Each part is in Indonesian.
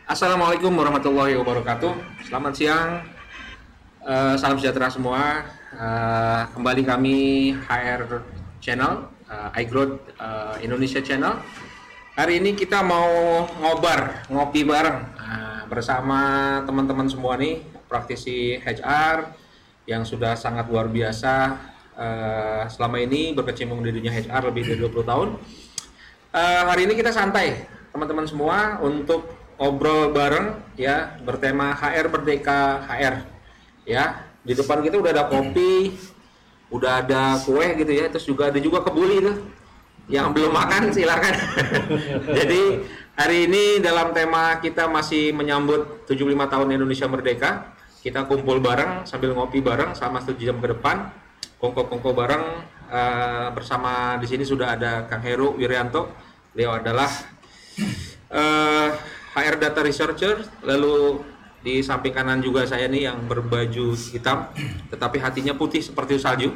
Assalamualaikum warahmatullahi wabarakatuh. Selamat siang, salam sejahtera semua. Kembali kami HR Channel, iGrowth Indonesia Channel. Hari ini kita mau ngopi bareng bersama teman-teman semua nih, praktisi HR yang sudah sangat luar biasa. Selama ini berkecimpung di dunia HR lebih dari 20 tahun. Hari ini kita santai, teman-teman semua, untuk ngobrol bareng ya, bertema HR Merdeka HR ya. Di depan kita udah ada kopi, udah ada kue gitu ya, terus juga ada kebuli tuh. Yang belum makan silakan. Jadi hari ini dalam tema kita masih menyambut 75 tahun Indonesia Merdeka. Kita kumpul bareng sambil ngopi bareng selama 1 jam ke depan. Kongko-kongko bareng bersama di sini sudah ada Kang Heru Wiryanto. Beliau adalah HR Data Researcher, lalu di samping kanan juga saya nih yang berbaju hitam, tetapi hatinya putih seperti salju.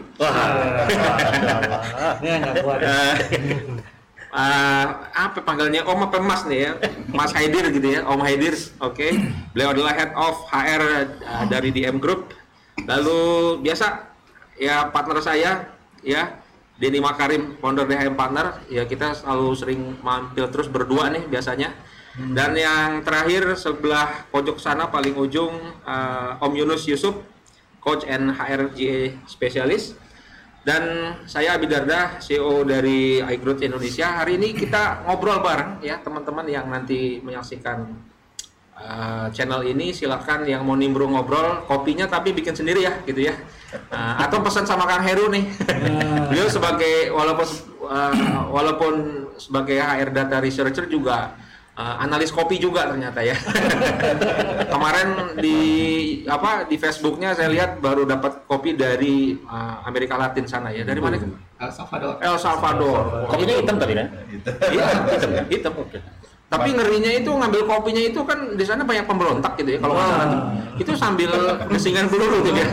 Apa panggilnya, Om apa Mas nih ya, Mas Haidir gitu ya, Om Haidir. Oke. Beliau adalah Head of HR dari DM Group. Lalu biasa ya partner saya ya, Denny Makarim, founder DHM Partner. Ya kita selalu sering mampir terus berdua nih biasanya. Dan yang terakhir sebelah pojok sana paling ujung Om Yunus Yusuf, Coach and HRGA Specialist. Dan saya Abi Darda, CEO dari iGrowth Indonesia. Hari ini kita ngobrol bareng ya teman-teman yang nanti menyaksikan channel ini. Silakan yang mau nimbrung ngobrol, kopinya tapi bikin sendiri ya gitu ya. Atau pesan sama Kang Heru nih. Beliau sebagai walaupun sebagai HR Data Researcher juga analis kopi juga ternyata ya. Kemarin di Facebooknya saya lihat baru dapat kopi dari Amerika Latin sana ya. Dari mana? El Salvador. Kopinya hitam tadi kan? Iya, hitam. Oke. Tapi ngerinya itu ngambil kopinya itu kan di sana banyak pemberontak gitu ya. Kalau nggak salah itu sambil kesingan peluru tuh ya.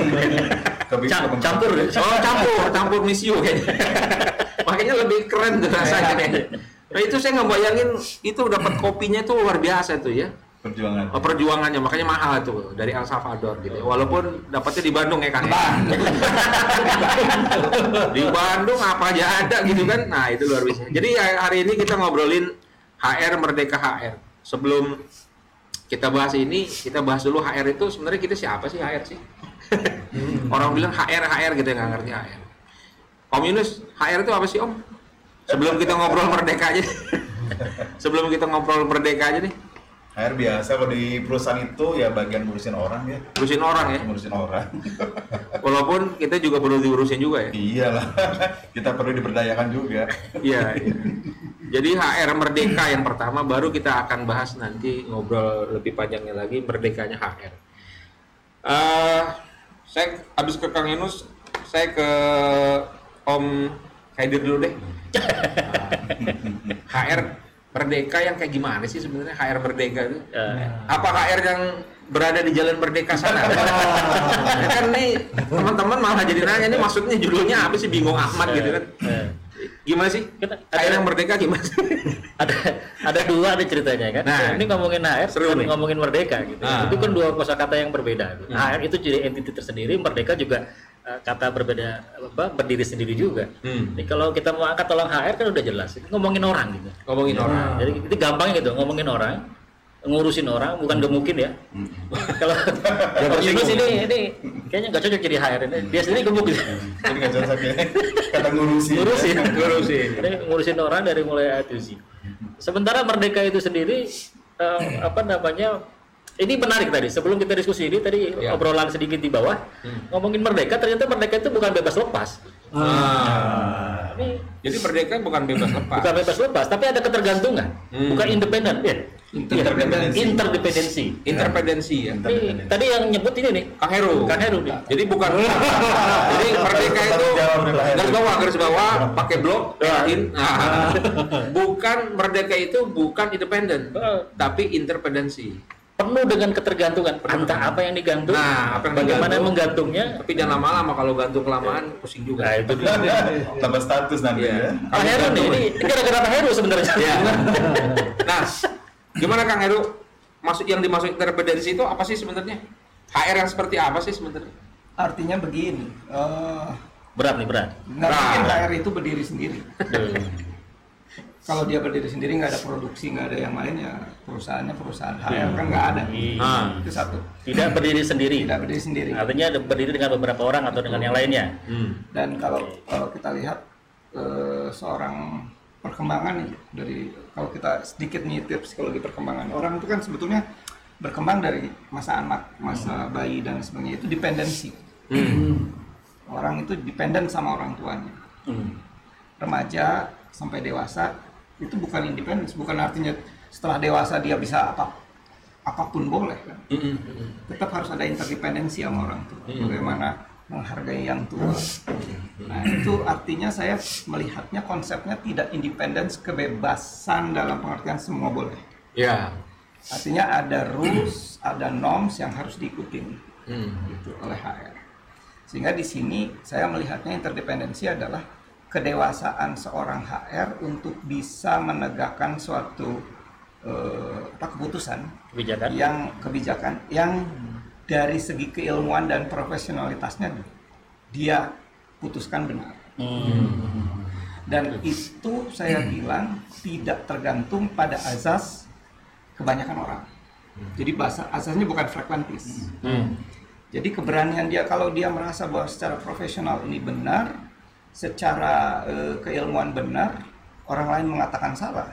Campur misiu kayaknya. Makanya lebih keren tuh rasanya kayaknya. Nah itu saya nggak bayangin itu dapat kopinya itu luar biasa tuh ya. Perjuangannya makanya mahal tuh dari El Salvador gitu. Walaupun dapatnya di Bandung ya kan. Di Bandung apa aja ada gitu kan. Nah itu luar biasa. Jadi hari ini kita ngobrolin HR Merdeka HR. Sebelum kita bahas ini, kita bahas dulu HR itu sebenarnya kita siapa sih HR sih? Orang bilang HR gitu, nggak ngerti HR. Om Yunus, HR itu apa sih Om? Sebelum kita ngobrol merdeka aja. Sebelum kita ngobrol merdeka aja nih. HR biasa kalau di perusahaan itu ya bagian ngurusin orang ya. Ngurusin orang ya. Ngurusin orang. Walaupun kita juga perlu diurusin juga ya. Iyalah. Kita perlu diberdayakan juga. Iya. Jadi HR Merdeka yang pertama, baru kita akan bahas nanti ngobrol lebih panjangnya lagi merdekanya HR. Saya habis ke Kang Yunus, saya ke Om Haidir dulu deh. HR Merdeka yang kayak gimana sih sebenarnya HR Merdeka itu? Apa HR yang berada di Jalan Merdeka sana? Kan nih teman-teman malah jadi nanya nih maksudnya judulnya apa sih, bingung Ahmad gitu kan? Gimana sih? HR yang Merdeka gimana sih? ada dua nih ceritanya kan. Nah, ini ngomongin HR, ngomongin Merdeka gitu. Itu kan dua kosakata yang berbeda. Gitu. HR itu jadi entiti tersendiri, Merdeka juga kata berbeda, berdiri sendiri juga. Jadi kalau kita mau angkat tolong HR kan udah jelas, ngomongin orang gitu. Ngomongin orang. Jadi itu gampangnya gitu, ngomongin orang, ngurusin orang, bukan gemukin ya. Kalau Yunus ini kayaknya nggak cocok jadi HR ini. Dia sendiri gemuk gitu. Jadi nggak cocok ya. Kata ngurusin. Jadi ngurusin orang dari mulai A to Z. Sementara Merdeka itu sendiri ini menarik tadi. Sebelum kita diskusi ini tadi obrolan sedikit di bawah ngomongin Merdeka, ternyata Merdeka itu bukan bebas lepas. Jadi Merdeka bukan bebas lepas. Bukan bebas lepas, tapi ada ketergantungan, bukan independen. Ya. Interdependensi ya. Tadi yang nyebut ini nih, Kang Heru. Nih. Jadi bukan. Jadi Merdeka itu garis bawah pakai blok in. Bukan, Merdeka itu bukan independen, tapi interdependensi. Penuh dengan ketergantungan. Entah apa yang digantung, bagaimana menggantungnya. Tapi jangan lama-lama, kalau gantung kelamaan pusing juga. Nah itu dia. Tambah status nanti ya. Pak Heru nih, ini gara-gara Pak Heru sebenarnya. Nah, gimana Kang Heru? yang dimaksud interdependensi itu apa sih sebenarnya? HR yang seperti apa sih sebenarnya? Artinya begini, Berat. nggak mungkin HR itu berdiri sendiri. Kalau dia berdiri sendiri nggak ada produksi, nggak ada yang lain, ya perusahaannya perusahaan HR kan nggak ada. Itu satu. Tidak berdiri sendiri. Tidak berdiri sendiri. Artinya berdiri dengan beberapa orang atau dengan yang lainnya. Dan kalau kita lihat seorang perkembangan dari, kalau kita sedikit nitip psikologi perkembangan orang itu kan sebetulnya berkembang dari masa anak, masa bayi dan sebagainya, itu dependensi. Orang itu dependen sama orang tuanya. Remaja sampai dewasa itu bukan independen, bukan artinya setelah dewasa dia bisa apapun boleh kan. Tetap harus ada interdependensi sama orang tua. Bagaimana menghargai yang tua. Nah, itu artinya saya melihatnya konsepnya tidak independence, kebebasan dalam pengertian semua boleh. Ya. Artinya ada rules, ada norms yang harus diikutin gitu oleh HR. Sehingga di sini saya melihatnya interdependensi adalah kedewasaan seorang HR untuk bisa menegakkan suatu keputusan, kebijakan yang dari segi keilmuan dan profesionalitasnya dia putuskan benar. Dan itu saya bilang tidak tergantung pada azas kebanyakan orang. Jadi bahasa asasnya bukan fragmentis. Jadi keberanian dia, kalau dia merasa bahwa secara profesional ini benar, secara keilmuan benar, orang lain mengatakan salah,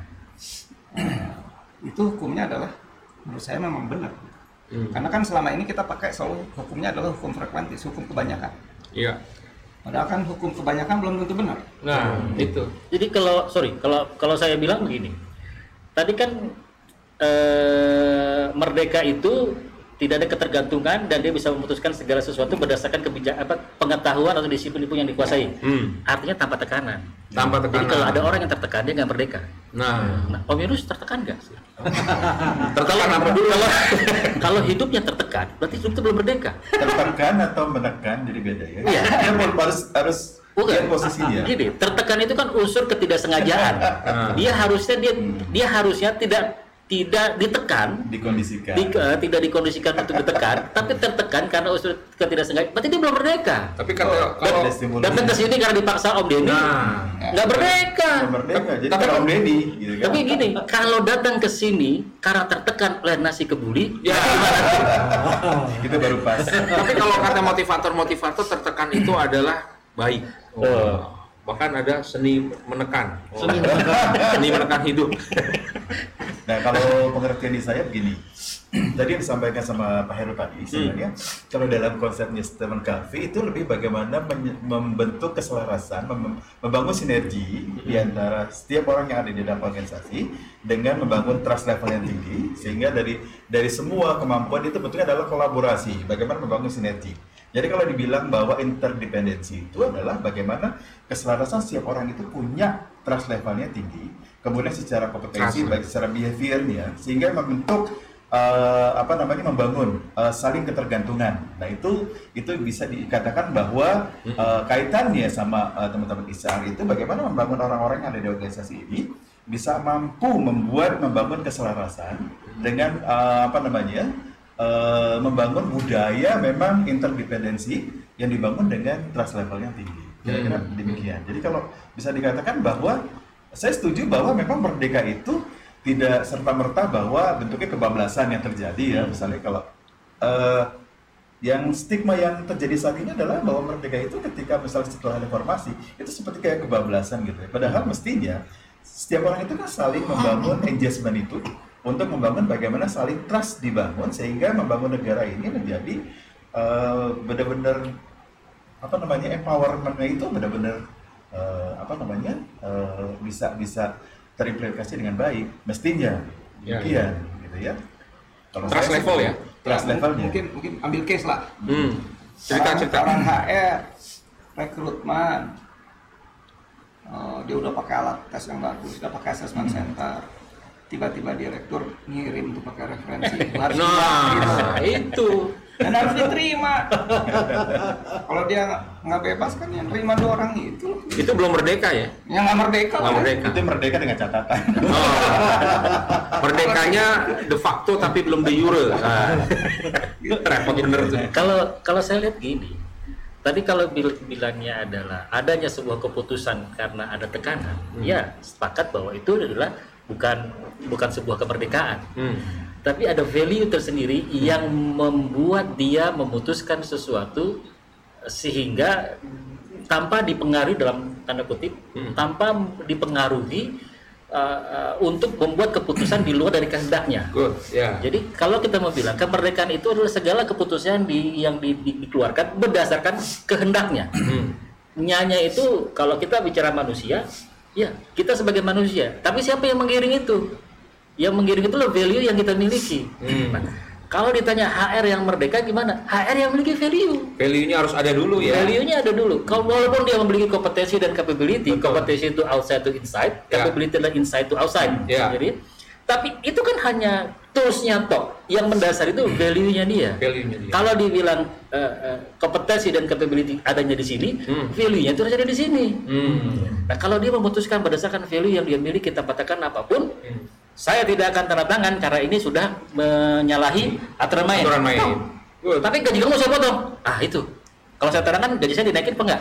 itu hukumnya adalah menurut saya memang benar. Karena kan selama ini kita pakai selalu hukumnya adalah hukum fragmentis, hukum kebanyakan. Iya. Padahal kan hukum kebanyakan belum tentu benar. Nah, itu. Jadi kalau saya bilang begini, tadi kan merdeka itu tidak ada ketergantungan dan dia bisa memutuskan segala sesuatu berdasarkan pengetahuan atau disiplin yang dikuasai. Artinya tanpa tekanan. Tanpa tekanan. Jadi kalau ada orang yang tertekan dia nggak merdeka. Nah, Om Yunus tertekan nggak sih? tertekan apa dulu? Kalau hidupnya tertekan, berarti hidup itu belum merdeka. Tertekan atau menekan jadi beda ya. Iya. Dia harus lihat posisinya. Gini, tertekan itu kan unsur ketidaksengajaan. Dia harusnya tidak ditekan, dikondisikan. Tidak dikondisikan untuk ditekan, tapi tertekan karena unsur ketidaksengajaan. Berarti dia belum merdeka. Tapi kalau datang ke sini karena dipaksa Om Denny, nggak merdeka. Jadi kalau Om Denny, gitu kan. Tapi gini, kalau datang ke sini karena tertekan oleh nasi kebuli, ya itu baru pas. Tapi kalau kata motivator tertekan itu adalah baik. Bahkan ada seni menekan. Seni menekan hidup. Nah, kalau pengertian di saya begini, tadi yang disampaikan sama Pak Heru tadi, sebenarnya kalau dalam konsepnya Stephen Covey itu lebih bagaimana membentuk keselarasan, membangun sinergi di antara setiap orang yang ada di dalam organisasi dengan membangun trust level yang tinggi, sehingga dari semua kemampuan itu bentuknya adalah kolaborasi, bagaimana membangun sinergi. Jadi kalau dibilang bahwa interdependensi itu adalah bagaimana keselarasan setiap orang itu punya trust levelnya tinggi, kemudian secara kompetensi, baik secara behaviornya, sehingga membentuk membangun saling ketergantungan. Nah itu bisa dikatakan bahwa kaitannya sama teman-teman ISAR itu bagaimana membangun orang-orang yang ada di organisasi ini bisa mampu membangun keselarasan dengan membangun budaya memang interdependensi yang dibangun dengan trust level yang tinggi. Kira-kira demikian. Jadi kalau bisa dikatakan bahwa saya setuju bahwa memang merdeka itu tidak serta-merta bahwa bentuknya kebablasan yang terjadi ya. Misalnya kalau yang stigma yang terjadi saat ini adalah bahwa merdeka itu ketika misalnya setelah reformasi itu seperti kayak kebablasan gitu ya. Padahal mestinya setiap orang itu kan saling membangun engagement itu untuk membangun bagaimana saling trust dibangun sehingga membangun negara ini menjadi benar-benar empowerment-nya itu benar-benar bisa terimplementasi dengan baik mestinya demikian gitu ya. Kalau trust level ya. Trust levelnya. Mungkin ambil case lah. Cerita. Orang HR rekrutmen dia udah pakai alat tes yang bagus, udah pakai assessment center. Tiba-tiba direktur ngirim untuk pakai referensi. Nah, itu Dan harus diterima. Kalau dia nggak bebas kan yang terima 2 orang itu. Itu belum merdeka ya? Yang nggak merdeka. Nggak merdeka. Itu merdeka dengan catatan. Oh. Merdekanya de facto tapi belum de jure. Repot bener tuh. Kalau saya lihat gini, tadi kalau bilangnya adalah adanya sebuah keputusan karena ada tekanan, ya sepakat bahwa itu adalah bukan sebuah kemerdekaan, tapi ada value tersendiri yang membuat dia memutuskan sesuatu sehingga tanpa dipengaruhi dalam tanda kutip, tanpa dipengaruhi untuk membuat keputusan di luar dari kehendaknya. Good, yeah. Jadi kalau kita mau bilang kemerdekaan itu adalah segala keputusan yang dikeluarkan berdasarkan kehendaknya. Nyanya itu kalau kita bicara manusia, ya kita sebagai manusia. Tapi siapa yang menggiring itu? Yang menggiring itu adalah value yang kita miliki. Nah, kalau ditanya HR yang merdeka gimana? HR yang memiliki value. Value-nya harus ada dulu ya. Value-nya ada dulu. Kalau walaupun dia memiliki kompetensi dan capability, kompetensi itu outside to inside, capability adalah inside to outside. Jadi, tapi itu kan hanya tools-nya toh. Yang mendasar itu value-nya dia. Kalau dibilang kompetensi dan capability adanya di sini, value-nya itu harus ada di sini. Nah, kalau dia memutuskan berdasarkan value yang dia miliki, kita katakan apapun, saya tidak akan tanda tangan karena ini sudah menyalahi aturan main. Tapi gaji kamu saya potong. Itu. Kalau saya tanda tangan gaji saya dinaikin apa enggak?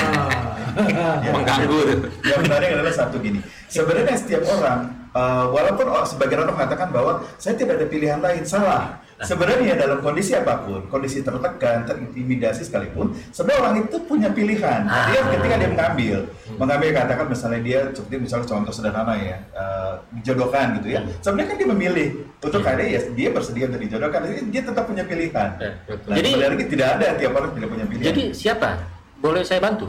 Mengganggu. Yang menarik adalah satu gini. Sebenarnya setiap orang, walaupun sebagian orang mengatakan bahwa saya tidak ada pilihan lain, salah. Sebenarnya dalam kondisi apapun, kondisi tertekan, terintimidasi sekalipun, sebenarnya orang itu punya pilihan. Dia ketika dia mengambil katakan misalnya dia seperti misalnya contoh sederhana ya, dijodohkan gitu ya. Sebenarnya kan dia memilih untuk karena ya dia bersedia untuk dijodohkan, dia tetap punya pilihan. Nah, Jadi lagi tidak ada tiap orang tidak punya pilihan. Jadi siapa? Boleh saya bantu?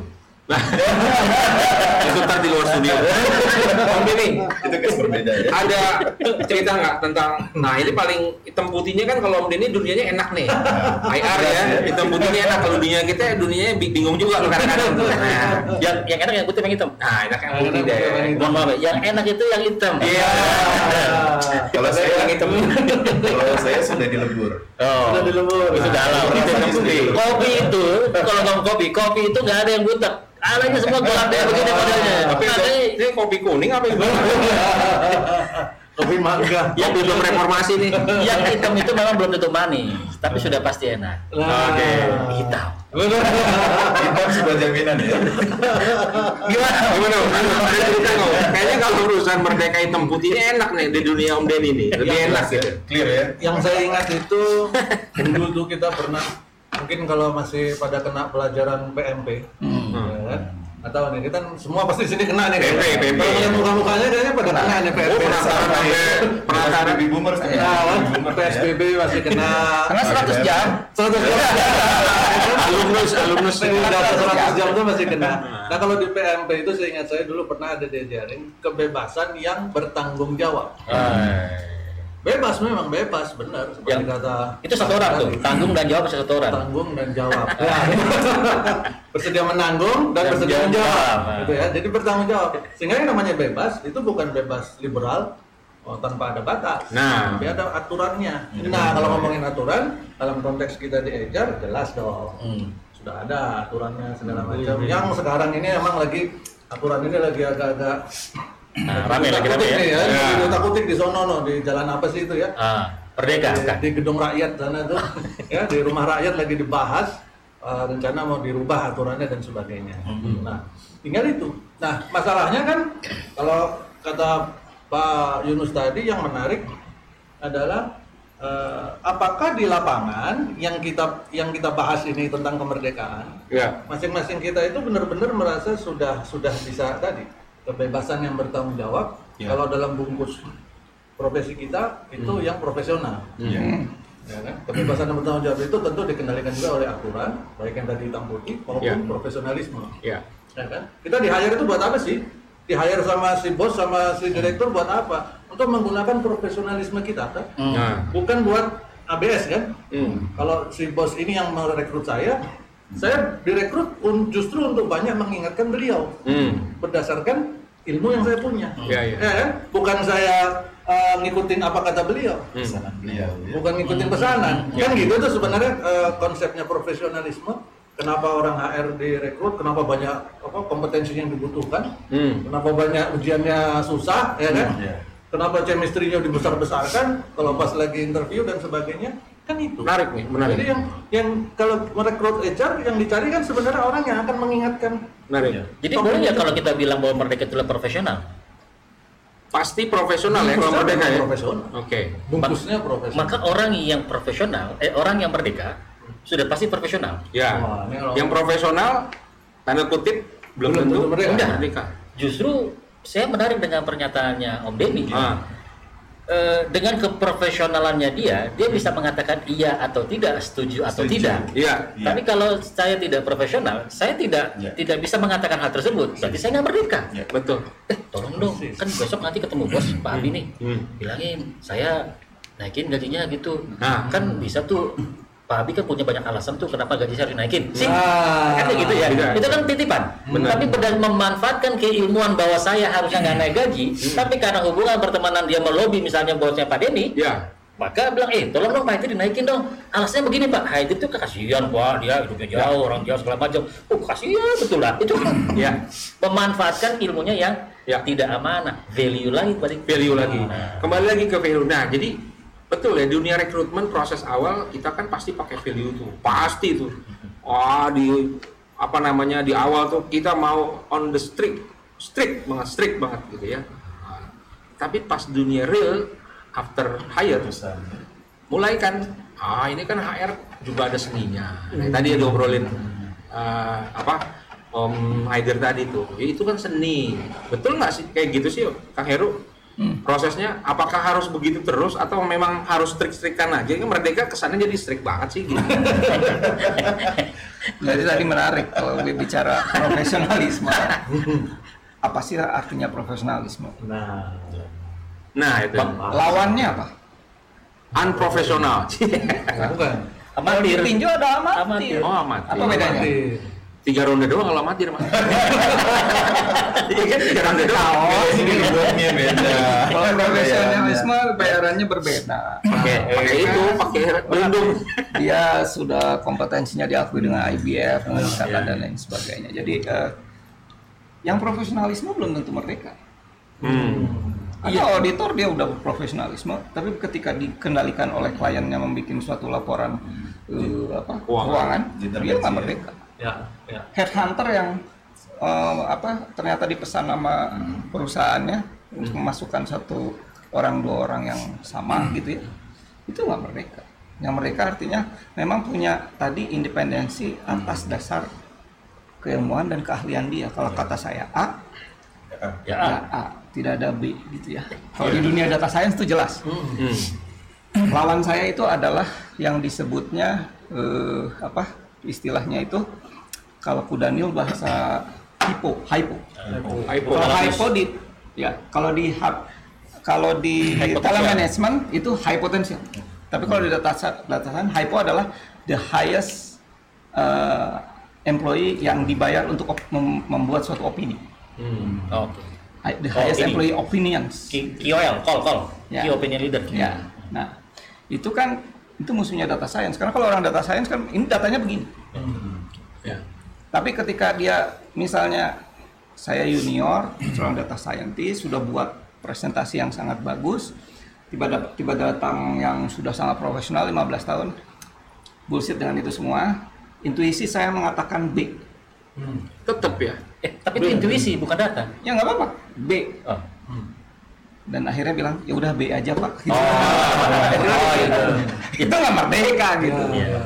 Itu ntar di luar studio. Om Denny, Itu kes berbeda ya. ada cerita nggak tentang, nah ini paling hitam putihnya kan kalau Om Denny dunianya enak nih, IR ya, hitam putihnya enak. Kalau dunia kita dunianya bingung juga kadang-kadang tuh. Nah, Yang enak yang putih yang hitam. nah enak yang putih deh. Mohon maaf, yang enak itu yang hitam. Iya. Kalau saya yang hitam. Kalau saya sudah dilebur. Sudah dilebur. Itu dalam. Kopi itu, kalau ngomong kopi itu nggak ada yang butek. Alanya semua gelap deh begini modelnya. Tapi ini kopi kuning apa yang Kopi mangga. yang belum reformasi nih. Yang hitam itu memang belum tentu manis, tapi sudah pasti enak. Oke. Hitam. Hitam sebuah jaminan ya. Gimana? Ada cerita nggak? Kayaknya kalau urusan merdeka hitam putih ini enak nih di dunia Om Denny nih. Lebih enak gitu. Clear ya. Yang saya ingat itu dulu tuh kita pernah, mungkin kalau masih pada kena pelajaran PMP, ya kan? Atau nih kita semua pasti di sini kena nih. PMP. Kalau lihat muka-mukanya kayaknya pada kena nih PMP. Penasaran baby boomers kan? PSBB masih kena. Karena 100 jam. 100 jam. Alumnus Udah 100 jam tuh masih kena. Nah kalau di PMP itu seingat saya dulu pernah ada diajarin kebebasan yang bertanggung jawab. Bebas, memang bebas, benar. Seperti kata Itu satu orang tuh, tanggung dan jawab satu orang. tanggung dan jawab. Bersedia menanggung dan bersedia menjawab. Gitu ya. Jadi bertanggung jawab. Sehingga yang namanya bebas itu bukan bebas liberal tanpa ada batas. Nah. Tapi ada aturannya. Nah, kalau ngomongin aturan dalam konteks kita di HR jelas dong. Sudah ada aturannya segala macam. Yang sekarang ini emang lagi aturan ini lagi agak-agak Rame lagi ya. Utak-utik di sono di jalan apa sih itu ya? Merdeka. Di gedung rakyat sana tuh, ya di rumah rakyat lagi dibahas rencana mau dirubah aturannya dan sebagainya. Nah, tinggal itu. Nah, masalahnya kan kalau kata Pak Yunus tadi yang menarik adalah apakah di lapangan yang kita bahas ini tentang kemerdekaan, masing-masing kita itu benar-benar merasa sudah bisa tadi kebebasan yang bertanggung jawab. Kalau dalam bungkus profesi kita itu yang profesional. Ya kan? Kebebasan yang bertanggung jawab itu tentu dikendalikan juga oleh aturan, baik yang tadi hitam putih maupun profesionalisme. Ya kan? Kita di-hire itu buat apa sih? Di-hire sama si bos sama si direktur buat apa? Untuk menggunakan profesionalisme kita kan? Bukan buat ABS kan? Kalau si bos ini yang merekrut saya direkrut justru untuk banyak mengingatkan beliau berdasarkan ilmu yang saya punya. Ya kan? Bukan saya ngikutin apa kata beliau, Pesanan beliau. Ya. bukan ngikutin pesanan. Kan gitu tuh sebenarnya konsepnya profesionalisme. Kenapa orang HR direkrut? Kenapa banyak kompetensinya yang dibutuhkan? Kenapa banyak ujiannya susah, ya kan? Kenapa chemistry-nya dibesar-besarkan? Kalau pas lagi interview dan sebagainya, kan itu. Menarik nih, menarik. Jadi yang kalau merekrut HR yang dicari kan sebenarnya orang yang akan mengingatkan. Menarik. Jadi boleh ya kalau kita bilang bahwa Merdeka itu profesional? Pasti profesional ya kalau Merdeka ya. Profesional. Oke. Bungkusnya profesional. Maka orang yang profesional, orang yang merdeka sudah pasti profesional. Ya. Wah, ini kalau- Yang profesional tanda kutip belum tentu merdeka. Justru saya menarik dengan pernyataannya Om Denny. Dengan keprofesionalannya dia bisa mengatakan iya atau tidak, setuju atau tidak. Iya. Tapi kalau saya tidak profesional, saya tidak bisa mengatakan hal tersebut. Berarti saya nggak merdeka. Betul. Tolong dong, kan besok nanti ketemu bos Pak Abi nih, bilangin saya naikin gajinya gitu. Nah. Kan bisa tuh. Pak Abi kan punya banyak alasan tuh kenapa gaji saya dinaikin. Sih, Ah, kan kayak gitu ya. iya. Itu kan titipan. Benar. Tapi memanfaatkan keilmuan bahwa saya harusnya nggak naik gaji, tapi karena hubungan pertemanan dia melobi misalnya bosnya Pak Denny, Ya. maka bilang, tolong dong Pak Haidir dinaikin dong. Alasannya begini Pak, Haidir tuh kasihan Pak, dia hidupnya jauh, orang jauh segala macam. Kasihan betul lah. Itu kan Ya. memanfaatkan ilmunya yang tidak amanah. Value lagi balik. Value lagi. Kembali lagi ke value. Nah, jadi betul ya, dunia rekrutmen proses awal kita kan pasti pakai value tuh. Pasti tuh. Di awal tuh kita mau on the strict banget gitu ya. Tapi pas dunia real after hire mulai kan ini kan HR juga ada seninya. Nah, tadi diobrolin Om Haidir tadi tuh. Ya, itu kan seni. Betul nggak sih kayak gitu sih Kang Heru? Prosesnya apakah harus begitu terus atau memang harus strict-strictan aja? Kan Merdeka kesannya jadi strict banget sih gitu. Jadi tadi menarik kalau bicara profesionalisme. Apa sih artinya profesionalisme? Nah, itu Lawannya apa? unprofesional. bukan. Kalau di tinju ada amatir. Oh, amatir. Apa bedanya? 3 ronde doang kalau amatir mah. Iya kan 3 ronde doang. Ini rewardnya beda. Kalau profesionalisme bayarannya berbeda. Pakai itu, pakai pelindung. Dia sudah kompetensinya diakui dengan IBF, dengan ikatan dan lain sebagainya. Jadi yang profesionalisme belum tentu merdeka. Ada auditor dia udah profesionalisme, tapi ketika dikendalikan oleh kliennya membuat suatu laporan keuangan, dia nggak merdeka. Ya. Headhunter yang ternyata dipesan sama perusahaannya untuk memasukkan dua orang yang sama gitu ya, itu nggak merdeka. Yang merdeka artinya memang punya tadi independensi atas dasar keilmuan dan keahlian dia. Kalau kata saya A, ya A, tidak ada B gitu ya. Kalau di dunia data science itu jelas. Lawan saya itu adalah yang disebutnya istilahnya itu kalau Kudanil bahasa hypo. Kalau di telemanagement itu high potential. Tapi kalau di data science hypo adalah the highest employee yang dibayar untuk membuat suatu opini. The highest employee opinions. KOL, call. Key opinion leader. Ya. Nah, itu kan musuhnya data science. Karena kalau orang data science kan ini datanya begini. Tapi ketika dia misalnya saya junior, seorang data scientist sudah buat presentasi yang sangat bagus, tiba datang yang sudah sangat profesional 15 tahun, bullshit dengan itu semua, intuisi saya mengatakan B. Tetap ya. Tapi itu intuisi bukan data. Ya nggak apa-apa, B. Dan akhirnya bilang ya udah B aja Pak. Gitu. Itu nggak merdeka gitu.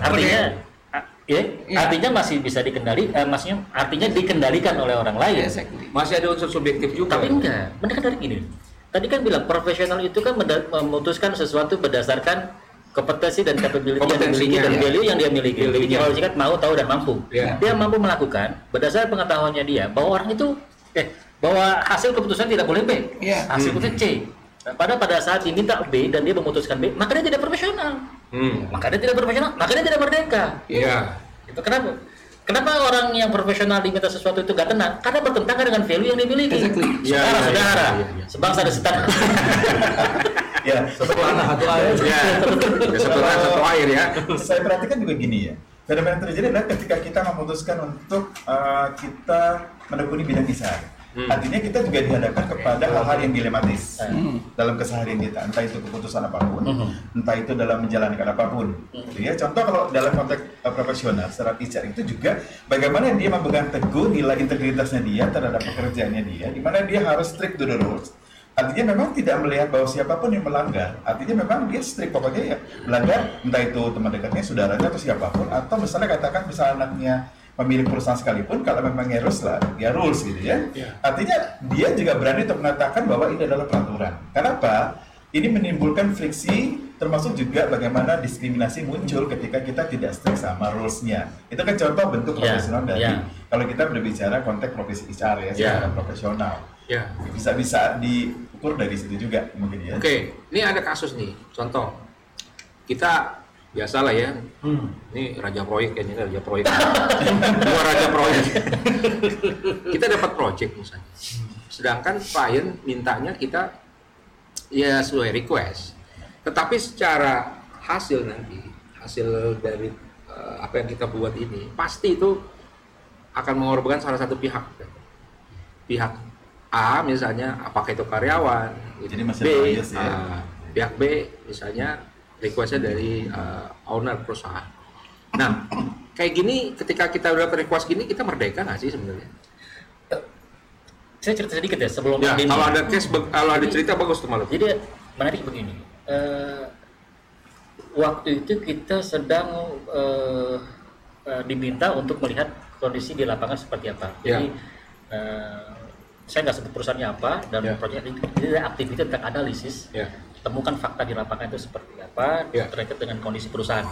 Artinya masih bisa maksudnya artinya dikendalikan oleh orang lain. Exactly. Masih ada unsur subjektif juga. Tapi enggak, benar dari gini. Tadi kan bilang profesional itu kan memutuskan sesuatu berdasarkan kompetensi dan capability yang dimiliki dan value yang dia miliki. Kalau singkat mau, tahu dan mampu. Dia mampu melakukan berdasarkan pengetahuannya dia bahwa orang itu bahwa hasil keputusan tidak boleh B. Hasil keputusan C. Pada saat diminta B dan dia memutuskan B, maka dia tidak profesional. Maka dia tidak profesional, maka dia tidak merdeka. Iya. Itu kenapa? Kenapa orang yang profesional diminta sesuatu itu gak tenang? Karena bertentangan dengan value yang dimiliki. Exactly. Saudara, sebangsa dan setanah. Ya, Satu anak satu air. Ya, satu air ya. saya perhatikan juga gini ya. Fenomena yang terjadi adalah ketika kita memutuskan untuk kita menekuni bidang isyarat. Artinya kita juga dihadapkan kepada hal-hal yang dilematis dalam keseharian kita, entah itu keputusan apapun, entah itu dalam menjalankan apapun. Gitu ya. Contoh kalau dalam konteks profesional, secara isyarat itu juga bagaimana dia memegang teguh nilai integritasnya dia terhadap pekerjaannya dia, di mana dia harus strict to the rules. Artinya memang tidak melihat bahwa siapapun yang melanggar, artinya memang dia strict, pokoknya ya melanggar, entah itu teman dekatnya, saudaranya atau siapapun, atau misalnya katakan misalnya anaknya pemilik perusahaan sekalipun, kalau memang rules lah, ya rules gitu ya. Artinya dia juga berani untuk mengatakan bahwa ini adalah peraturan. Kenapa? Ini menimbulkan friksi, termasuk juga bagaimana diskriminasi muncul ketika kita tidak strict sama rules-nya. Itu kan contoh bentuk profesional dari kalau kita berbicara konteks profesi HR ya, secara profesional. Ya. Bisa diukur dari situ juga mungkin ya. Oke, ini ada kasus nih, contoh. Kita biasalah ya, ini raja proyek ya, ini raja proyek. Dua raja proyek. Kita dapat proyek misalnya. Sedangkan klien mintanya kita ya sesuai request. Tetapi secara hasil nanti, hasil dari apa yang kita buat ini, pasti itu akan mengorbankan salah satu pihak. Pihak A misalnya, apakah itu karyawan, Jadi masih B, bias ya. pihak B misalnya requestnya dari owner perusahaan. Nah, kayak gini ketika kita udah request gini, kita merdeka nggak sih sebenarnya? Saya cerita sedikit ya sebelum Ya, ini. kalau ada case, kalau ada cerita bagus tuh malu. Jadi menarik begini. Waktu itu kita sedang diminta untuk melihat kondisi di lapangan seperti apa. Jadi saya nggak sebut perusahaannya apa dan proyek ini aktivitas tentang analisis. Temukan fakta di lapangan itu seperti apa terkait dengan kondisi perusahaan.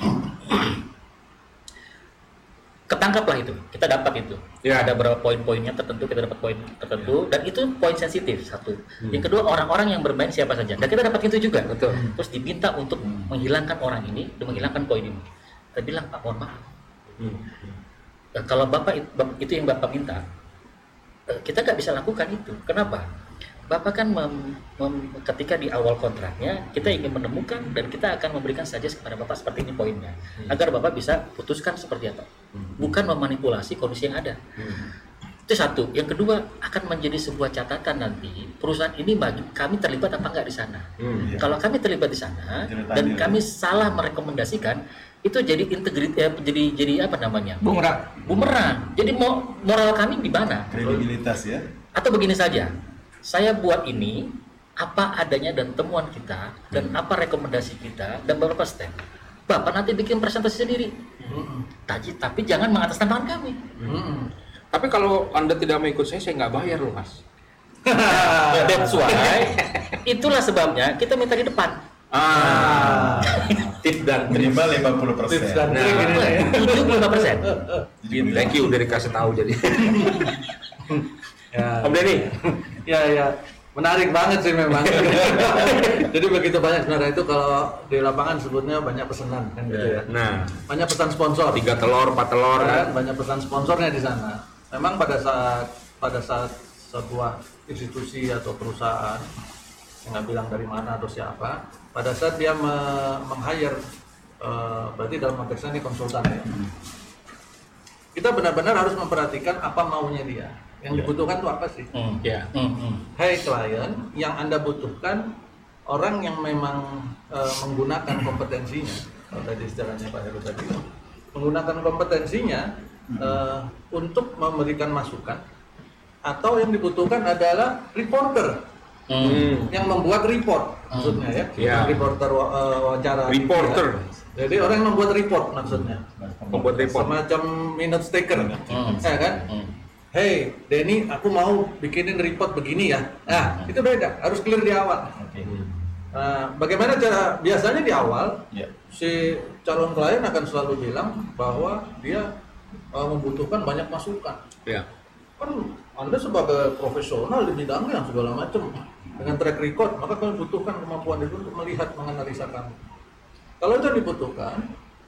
Ketangkaplah itu, kita dapat itu. Ada beberapa poin-poinnya tertentu, kita dapat poin tertentu dan itu poin sensitif satu. Yang kedua, orang-orang yang bermain siapa saja. Dan kita dapat itu juga. Betul. Terus diminta untuk menghilangkan orang ini dan menghilangkan poin ini. Kita bilang, Pak, mohon maaf. Kalau Bapak itu yang Bapak minta, kita nggak bisa lakukan itu. Kenapa? Bapak kan ketika di awal kontraknya kita ingin menemukan dan kita akan memberikan suggest kepada Bapak seperti ini poinnya agar Bapak bisa putuskan seperti apa, bukan memanipulasi kondisi yang ada. Itu satu. Yang kedua, akan menjadi sebuah catatan nanti perusahaan ini kami terlibat apa enggak di sana. Kalau kami terlibat di sana dan kami salah merekomendasikan, itu jadi integritas, jadi apa namanya? Bumerang. Jadi moral kami di mana? Kredibilitas ya. Atau begini saja, saya buat ini apa adanya dan temuan kita dan apa rekomendasi kita dan beberapa step. Bapak nanti bikin presentasi sendiri. Tapi jangan mengatasnamakan kami. Tapi kalau Anda tidak mau ikut saya nggak bayar loh, Mas. That's why. Itulah sebabnya kita minta di depan. Tip dan Minimal 50%. Tips dan Nah, trik ini. 75%. Thank you udah dikasih tahu jadi. Ya. Om Denny. Ya, menarik banget sih memang. Jadi begitu banyak sebenarnya itu kalau di lapangan sebutnya banyak pesanan kan gitu ya. Nah, Banyak pesan sponsor. 3 telur, 4 telur kan. Banyak pesan sponsornya di sana. Memang pada saat sebuah institusi atau perusahaan, yang nggak bilang dari mana atau siapa, pada saat dia meng-hire, berarti dalam konteksnya ini konsultan ya. Kita benar-benar harus memperhatikan apa maunya dia. Yang dibutuhkan itu apa sih? Hai klien, yang Anda butuhkan orang yang memang menggunakan kompetensinya, kalau tadi istilahnya Pak Heru tadi, menggunakan kompetensinya untuk memberikan masukan, atau yang dibutuhkan adalah reporter yang membuat report, maksudnya ya, reporter wawancara. Reporter. Jadi orang yang membuat report maksudnya, Membuat report. semacam minute taker, ya kan? Hey, Denny, aku mau bikinin report begini ya. Nah, itu beda, harus clear di awal. Bagaimana cara biasanya di awal si calon klien akan selalu bilang bahwa dia membutuhkan banyak masukan. Kan Anda sebagai profesional di bidangnya segala macam dengan track record, maka kalian butuhkan kemampuan itu untuk melihat, menganalisa kamu. Kalau itu dibutuhkan,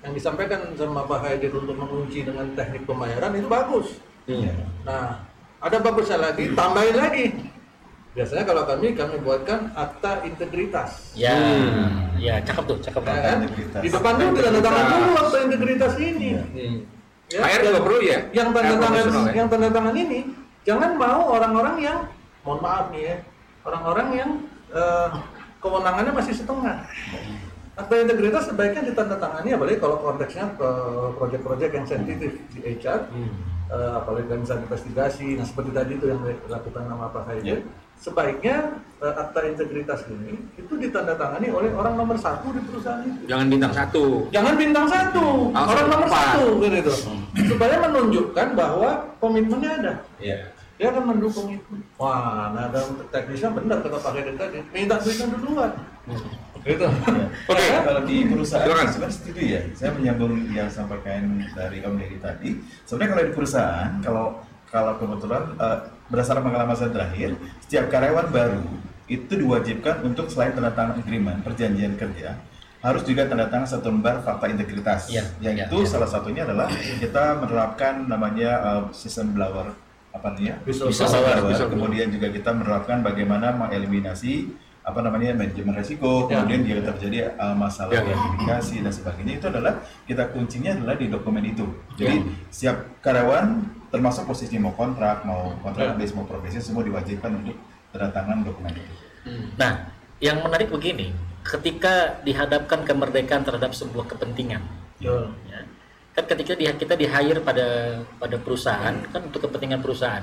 yang disampaikan sama Pak Haidir untuk mengunci dengan teknik pembayaran itu bagus. Nah, ada bagusnya lagi, tambahin lagi. Biasanya kalau kami buatkan akta integritas. Ya, ya cakep tuh, cakep Ya, banget. kan? Di depan tuh ditandatangan dulu akta integritas ini. Ya, HR juga perlu ya? Yang tanda HR tangan, profesional ya? yang tanda tangan ini jangan mau orang-orang yang, mohon maaf nih ya, orang-orang yang kewenangannya masih setengah. Akta integritas sebaiknya ditandatangani, apalagi kalau konteksnya ke proyek-proyek yang sensitif di HR, apalagi dalam misalnya investigasi, nah seperti tadi itu yang dilakukan sama Pak Haidir, sebaiknya akta integritas ini itu ditandatangani oleh orang nomor 1 di perusahaan itu. Jangan bintang 1. Jangan bintang 1, Langsung orang nomor 1 empat. gitu. Supaya menunjukkan bahwa komitmennya ada. Iya. Dia akan mendukung itu. Wah, nah dalam teknisnya benar kata Pak Haidir tadi, minta duitnya duluan. Gitu. Oke. Kalau di perusahaan Silakan. sebenarnya setuju ya. Saya menyambung yang sampaikan dari Om Heri tadi. Sebenarnya kalau di perusahaan, kalau kebetulan berdasarkan pengalaman saya terakhir, setiap karyawan baru itu diwajibkan untuk selain tanda tangan agreement perjanjian kerja, harus juga tanda tangan satu lembar fakta integritas. Iya, Yang itu salah satunya adalah kita menerapkan namanya sistem blower apa namanya? Whistleblower. Kemudian juga kita menerapkan bagaimana mengeliminasi manajemen resiko, kemudian jika terjadi masalah gratifikasi dan sebagainya, itu adalah kita kuncinya adalah di dokumen itu. Jadi setiap karyawan termasuk posisi mau kontrak, mau kontrak base, mau profesi, semua diwajibkan untuk tanda tangan dokumen itu. Nah, yang menarik begini, ketika dihadapkan kemerdekaan terhadap sebuah kepentingan, ya, kan ketika kita di-hire pada perusahaan kan untuk kepentingan perusahaan.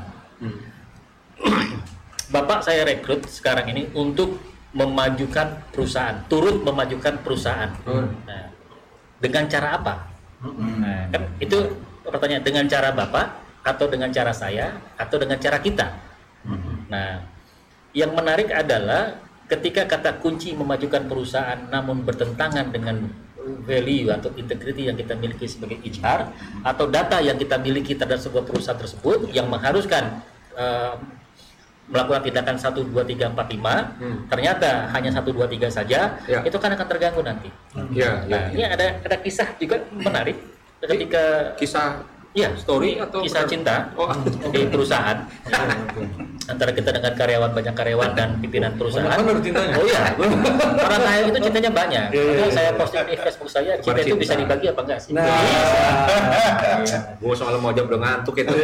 Bapak saya rekrut sekarang ini untuk memajukan perusahaan, turut memajukan perusahaan. Nah, dengan cara apa? Nah, kan itu pertanyaan, dengan cara Bapak atau dengan cara saya atau dengan cara kita. Nah, yang menarik adalah ketika kata kunci memajukan perusahaan namun bertentangan dengan value atau integrity yang kita miliki sebagai HR atau data yang kita miliki terhadap sebuah perusahaan tersebut yang mengharuskan melakukan tindakan 1, 2, 3, 4, 5 ternyata hanya 1, 2, 3 saja, itu kan akan terganggu nanti. Ini ada kisah juga menarik ketika Kisah story atau kisah cinta di perusahaan antara kita dengan banyak karyawan dan pimpinan perusahaan. Benar cintanya. Oh iya, orang kaya itu cintanya banyak. Kalau saya posting di Facebook saya, cinta itu bisa dibagi apa enggak sih? Gua soal mau jam udah ngantuk itu.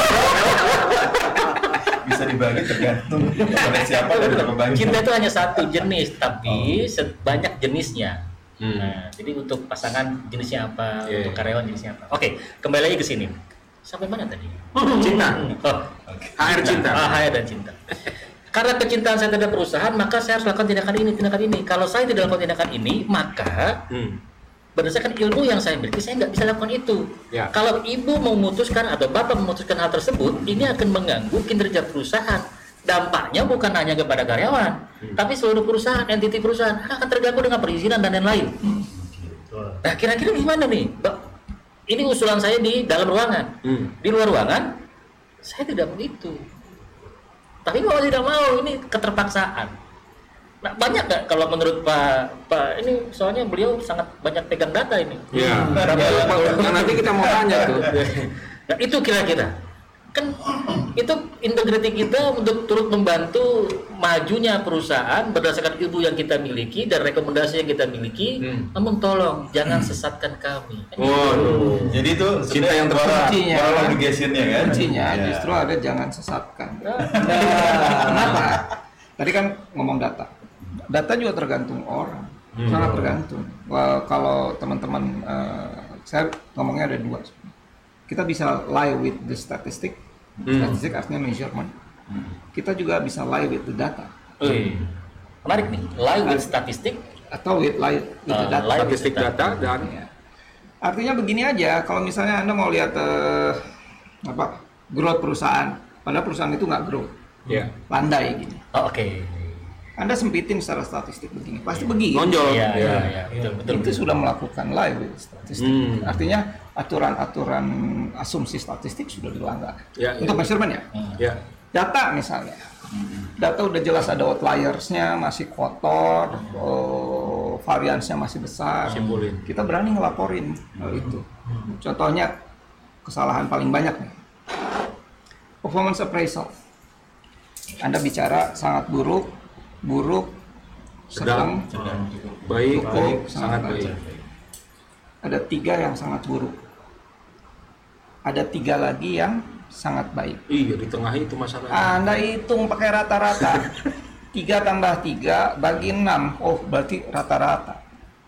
Bisa dibagi tergantung oleh siapa dan berapa banyak. Cinta itu hanya satu jenis, tapi banyak jenisnya. Nah, jadi untuk pasangan jenisnya apa, untuk karyawan jenisnya apa. Oke, kembali lagi ke sini. Sampai mana tadi? Cinta. HR cinta. HR dan cinta. Karena kecintaan saya terhadap perusahaan, maka saya harus lakukan tindakan ini. Kalau saya tidak lakukan tindakan ini, maka berdasarkan ilmu yang saya miliki, saya nggak bisa lakukan itu. Kalau ibu memutuskan atau bapak memutuskan hal tersebut, ini akan mengganggu kinerja perusahaan. Dampaknya bukan hanya kepada karyawan, tapi seluruh perusahaan, entiti perusahaan akan terganggu dengan perizinan dan lain-lain. Nah, kira-kira gimana nih, Mbak? Ini usulan saya di dalam ruangan. Di luar ruangan, saya tidak begitu. Tapi mau tidak mau, ini keterpaksaan. Nah, banyak nggak kalau menurut Pak ini, soalnya beliau sangat banyak pegang data ini. Iya. Nanti kita mau tanya tuh. Nah, itu kira-kira kan itu integriti kita untuk turut membantu majunya perusahaan berdasarkan ilmu yang kita miliki dan rekomendasi yang kita miliki. Namun tolong jangan sesatkan kami. Jadi itu cinta yang terbara. Moral obligation-nya kan. Kuncinya justru ada jangan sesatkan. Kenapa? Tadi kan ngomong data. Data juga tergantung orang. Sangat tergantung. Kalau teman-teman saya ngomongnya ada dua. Kita bisa lie with the statistic. Statistik artinya measurement. Kita juga bisa lie with the data. Menarik nih, lie with statistik atau lie with the data. Statistik data dan artinya begini aja, kalau misalnya Anda mau lihat growth perusahaan, padahal perusahaan itu nggak growth, landai gini. Anda sempitin secara statistik begini, pasti begini. Nonjol. Betul. Itu sudah melakukan lie with statistik. Artinya aturan-aturan asumsi statistik sudah dilanggar. Untuk measurement ya. Data misalnya. Data udah jelas ada outliersnya, masih kotor, variansnya masih besar, Simpulin. kita berani ngelaporin hal itu. Contohnya kesalahan paling banyak nih, performance appraisal. Anda bicara sangat buruk, sedang, baik, cukup, sangat baik. ada 3 yang sangat buruk. Ada 3 lagi yang sangat baik. Iya, di tengah itu masalahnya. Anda hitung pakai rata-rata. 3 tambah 3 bagi 6. Oh, berarti rata-rata.